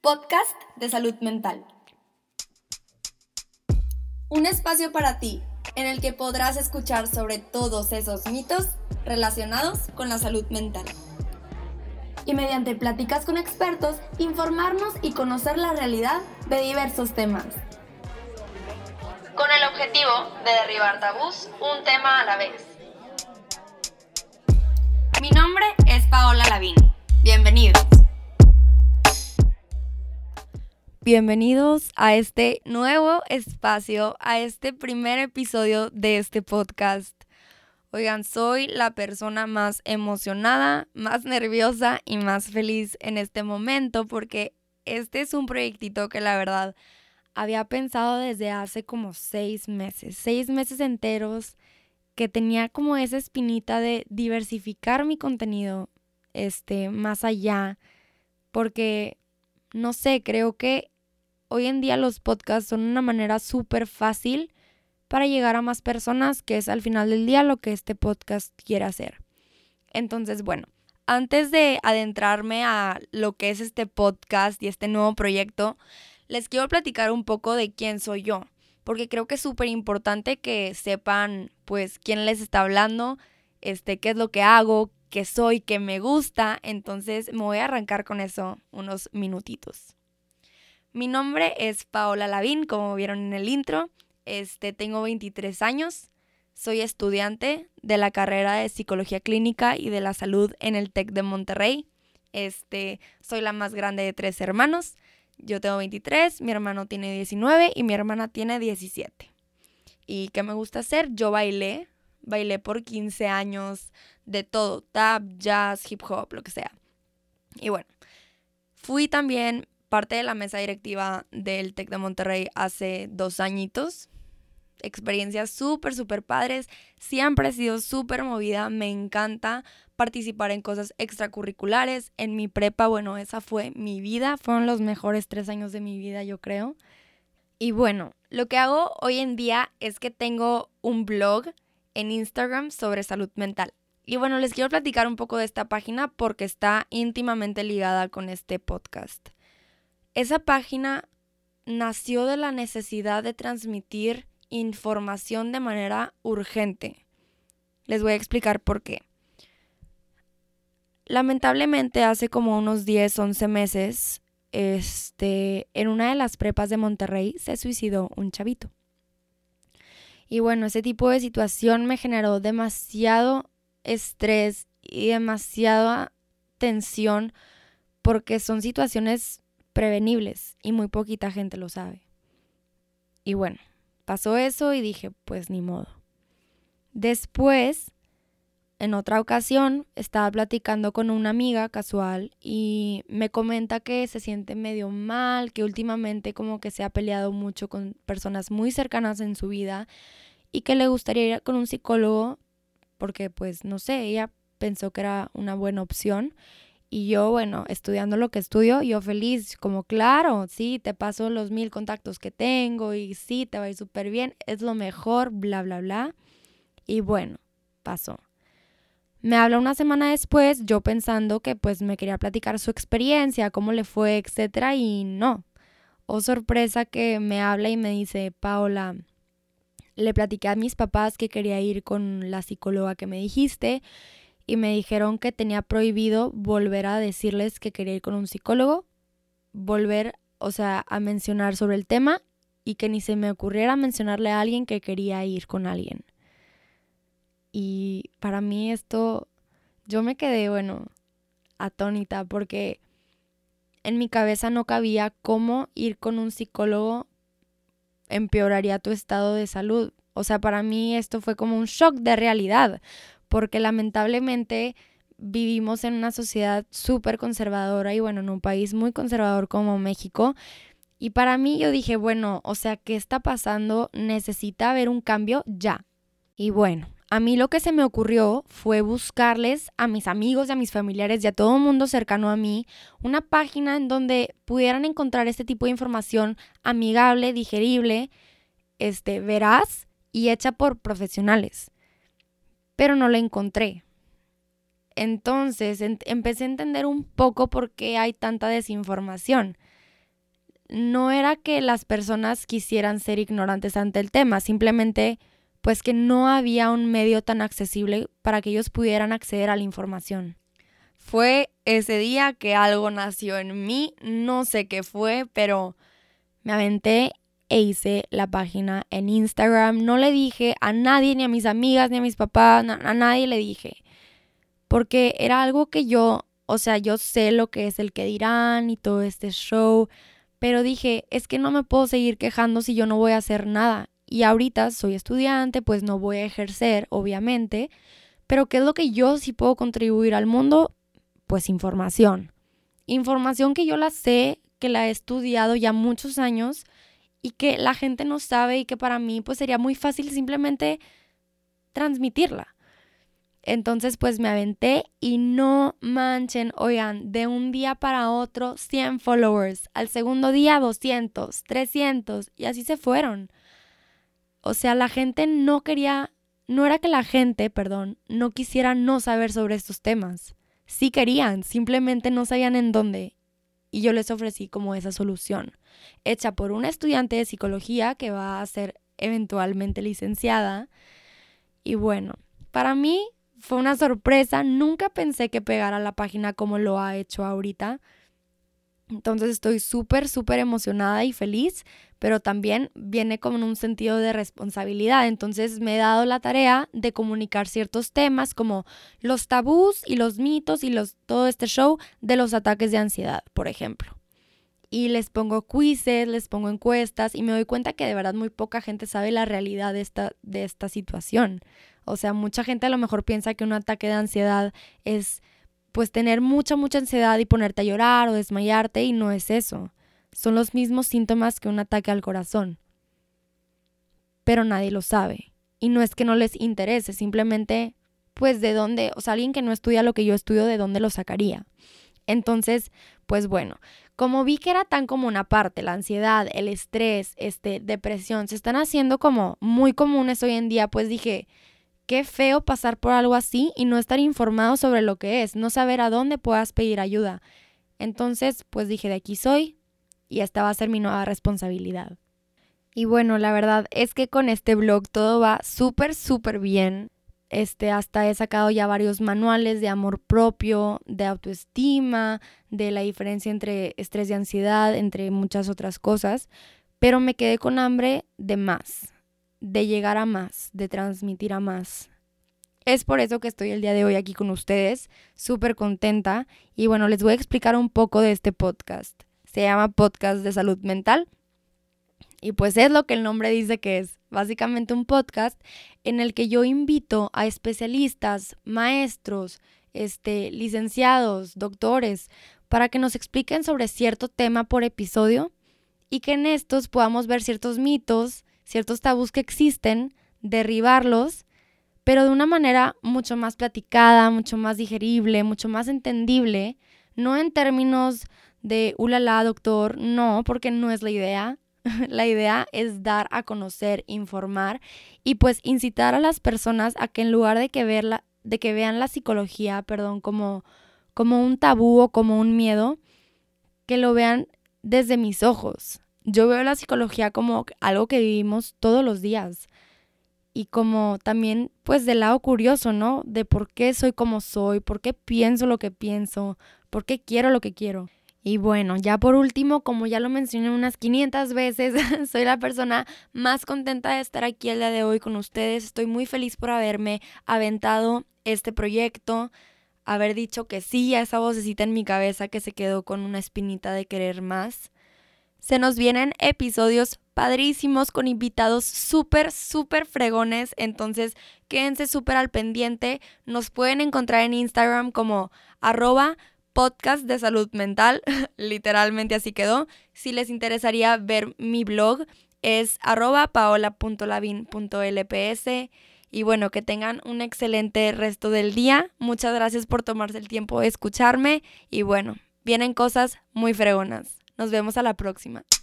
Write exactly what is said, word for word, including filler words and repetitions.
podcast de salud mental. Un espacio para ti, en el que podrás escuchar sobre todos esos mitos relacionados con la salud mental. Y mediante pláticas con expertos, informarnos y conocer la realidad de diversos temas. Con el objetivo de derribar tabús, un tema a la vez. Mi nombre es Paola Lavín. Bienvenidos. Bienvenidos a este nuevo espacio, a este primer episodio de este podcast. Oigan, soy la persona más emocionada, más nerviosa y más feliz en este momento porque este es un proyectito que la verdad había pensado desde hace como seis meses, seis meses enteros, que tenía como esa espinita de diversificar mi contenido este, más allá, porque no sé, creo que hoy en día los podcasts son una manera súper fácil para llegar a más personas, que es al final del día lo que este podcast quiere hacer. Entonces, bueno, antes de adentrarme a lo que es este podcast y este nuevo proyecto, les quiero platicar un poco de quién soy yo, porque creo que es súper importante que sepan, pues, quién les está hablando, este, qué es lo que hago, qué soy, qué me gusta. Entonces, me voy a arrancar con eso unos minutitos. Mi nombre es Paola Lavín, como vieron en el intro. Este, tengo veintitrés años, soy estudiante de la carrera de Psicología Clínica y de la Salud en el TEC de Monterrey. Este, soy la más grande de tres hermanos. Yo tengo veintitrés, mi hermano tiene diecinueve y mi hermana tiene diecisiete. ¿Y qué me gusta hacer? Yo bailé, bailé por quince años de todo, tap, jazz, hip hop, lo que sea. Y bueno, fui también parte de la mesa directiva del TEC de Monterrey hace dos añitos. Experiencias súper, súper padres. Siempre he sido súper movida. Me encanta participar en cosas extracurriculares. En mi prepa, bueno, esa fue mi vida. Fueron los mejores tres años de mi vida, yo creo. Y bueno, lo que hago hoy en día es que tengo un blog en Instagram sobre salud mental. Y bueno, les quiero platicar un poco de esta página porque está íntimamente ligada con este podcast. Esa página nació de la necesidad de transmitir información de manera urgente. Les voy a explicar por qué. Lamentablemente, hace como unos diez, once meses, este, en una de las prepas de Monterrey se suicidó un chavito. Y bueno, ese tipo de situación me generó demasiado estrés y demasiada tensión porque son situaciones prevenibles y muy poquita gente lo sabe. Y bueno, pasó eso y dije, pues ni modo. Después, en otra ocasión, estaba platicando con una amiga casual y me comenta que se siente medio mal, que últimamente como que se ha peleado mucho con personas muy cercanas en su vida y que le gustaría ir con un psicólogo porque pues no sé, ella pensó que era una buena opción. Y yo, bueno, estudiando lo que estudio, yo feliz, como claro, sí, te paso los mil contactos que tengo y sí, te va a ir súper bien, es lo mejor, bla, bla, bla. Y bueno, pasó. Me habla una semana después, yo pensando que pues me quería platicar su experiencia, cómo le fue, etcétera, y no. Oh, sorpresa que me habla y me dice, Paola, le platiqué a mis papás que quería ir con la psicóloga que me dijiste, y me dijeron que tenía prohibido volver a decirles que quería ir con un psicólogo, volver, o sea, a mencionar sobre el tema y que ni se me ocurriera mencionarle a alguien que quería ir con alguien. Y para mí esto, yo me quedé, bueno, atónita porque en mi cabeza no cabía cómo ir con un psicólogo empeoraría tu estado de salud. O sea, para mí esto fue como un shock de realidad, porque lamentablemente vivimos en una sociedad súper conservadora y bueno, en un país muy conservador como México. Y para mí yo dije, bueno, o sea, ¿qué está pasando? Necesita haber un cambio ya. Y bueno, a mí lo que se me ocurrió fue buscarles a mis amigos y a mis familiares y a todo el mundo cercano a mí una página en donde pudieran encontrar este tipo de información amigable, digerible, este, veraz y hecha por profesionales. Pero no la encontré. Entonces en- empecé a entender un poco por qué hay tanta desinformación. no era que las personas quisieran ser ignorantes ante el tema, simplemente pues que no había un medio tan accesible para que ellos pudieran acceder a la información. Fue ese día que algo nació en mí, no sé qué fue, pero me aventé e hice la página en Instagram. No le dije a nadie, ni a mis amigas, ni a mis papás, a nadie le dije. Porque era algo que yo, o sea, yo sé lo que es el que dirán y todo este show, pero dije, es que no me puedo seguir quejando si yo no voy a hacer nada. Y ahorita soy estudiante, pues no voy a ejercer, obviamente, pero ¿qué es lo que yo sí puedo contribuir al mundo? Pues información. Información que yo la sé, que la he estudiado ya muchos años y que la gente no sabe y que para mí pues sería muy fácil simplemente transmitirla. Entonces pues me aventé y no manchen, oigan, de un día para otro cien followers, al segundo día doscientos, trescientos y así se fueron. O sea, la gente no quería, no era que la gente, perdón, no quisiera no saber sobre estos temas. Sí querían, simplemente no sabían en dónde. Y yo les ofrecí como esa solución, hecha por una estudiante de psicología que va a ser eventualmente licenciada. Y bueno, para mí fue una sorpresa, nunca pensé que pegara la página como lo ha hecho ahorita. Entonces estoy súper, súper emocionada y feliz, pero también viene con un sentido de responsabilidad. Entonces me he dado la tarea de comunicar ciertos temas como los tabús y los mitos y los, todo este show de los ataques de ansiedad, por ejemplo. Y les pongo quizzes, les pongo encuestas y me doy cuenta que de verdad muy poca gente sabe la realidad de esta, de esta situación. O sea, mucha gente a lo mejor piensa que un ataque de ansiedad es pues tener mucha, mucha ansiedad y ponerte a llorar o desmayarte, y no es eso. Son los mismos síntomas que un ataque al corazón. Pero nadie lo sabe. Y no es que no les interese, simplemente, pues de dónde, o sea, alguien que no estudia lo que yo estudio, ¿de dónde lo sacaría? Entonces, pues bueno, como vi que era tan común aparte, la ansiedad, el estrés, este, depresión, se están haciendo como muy comunes hoy en día, pues dije, qué feo pasar por algo así y no estar informado sobre lo que es, no saber a dónde puedas pedir ayuda. Entonces, pues dije, de aquí soy y esta va a ser mi nueva responsabilidad. Y bueno, la verdad es que con este blog todo va súper, súper bien. Este, hasta he sacado ya varios manuales de amor propio, de autoestima, de la diferencia entre estrés y ansiedad, entre muchas otras cosas. Pero me quedé con hambre de más, de llegar a más, de transmitir a más. Es por eso que estoy el día de hoy aquí con ustedes, súper contenta. Y bueno, les voy a explicar un poco de este podcast. Se llama Podcast de Salud Mental. Y pues es lo que el nombre dice que es. Básicamente un podcast en el que yo invito a especialistas, maestros, este, licenciados, doctores, para que nos expliquen sobre cierto tema por episodio y que en estos podamos ver ciertos mitos, ciertos tabús que existen, derribarlos, pero de una manera mucho más platicada, mucho más digerible, mucho más entendible, no en términos de ulala, doctor, no, porque no es la idea. La idea es dar a conocer, informar y pues incitar a las personas a que en lugar de que, verla, de que vean la psicología, perdón, como, como un tabú o como un miedo, que lo vean desde mis ojos. Yo veo la psicología como algo que vivimos todos los días y como también pues del lado curioso, ¿no? De por qué soy como soy, por qué pienso lo que pienso, por qué quiero lo que quiero. Y bueno, ya por último, como ya lo mencioné unas quinientas veces, soy la persona más contenta de estar aquí el día de hoy con ustedes. Estoy muy feliz por haberme aventado este proyecto, haber dicho que sí a esa vocecita en mi cabeza que se quedó con una espinita de querer más. Se nos vienen episodios padrísimos con invitados súper, súper fregones, entonces quédense súper al pendiente. Nos pueden encontrar en Instagram como arroba podcast de salud mental, literalmente así quedó. Si les interesaría ver mi blog es arroba paola punto lavin punto lps. Y bueno, que tengan un excelente resto del día. Muchas gracias por tomarse el tiempo de escucharme y bueno, vienen cosas muy fregonas. Nos vemos a la próxima.